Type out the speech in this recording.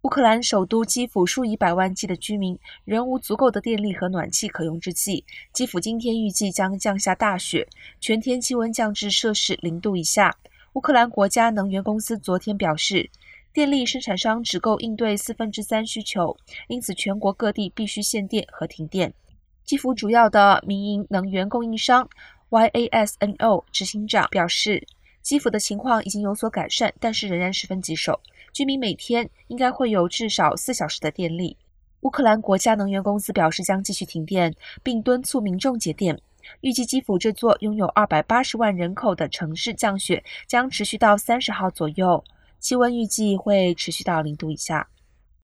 乌克兰首都基辅数以百万计的居民仍无足够的电力和暖气可用之际，基辅今天预计将降下大雪，全天气温降至摄氏0度以下。乌克兰国家能源公司昨天表示，电力生产商只够应对3/4需求，因此全国各地必须限电和停电。基辅主要的民营能源供应商 YASNO 执行长表示，基辅的情况已经有所改善，但是仍然十分棘手。居民每天应该会有至少4小时的电力。乌克兰国家能源公司表示将继续停电，并敦促民众节电。预计基辅这座拥有280万人口的城市降雪将持续到30号左右，气温预计会持续到0度以下。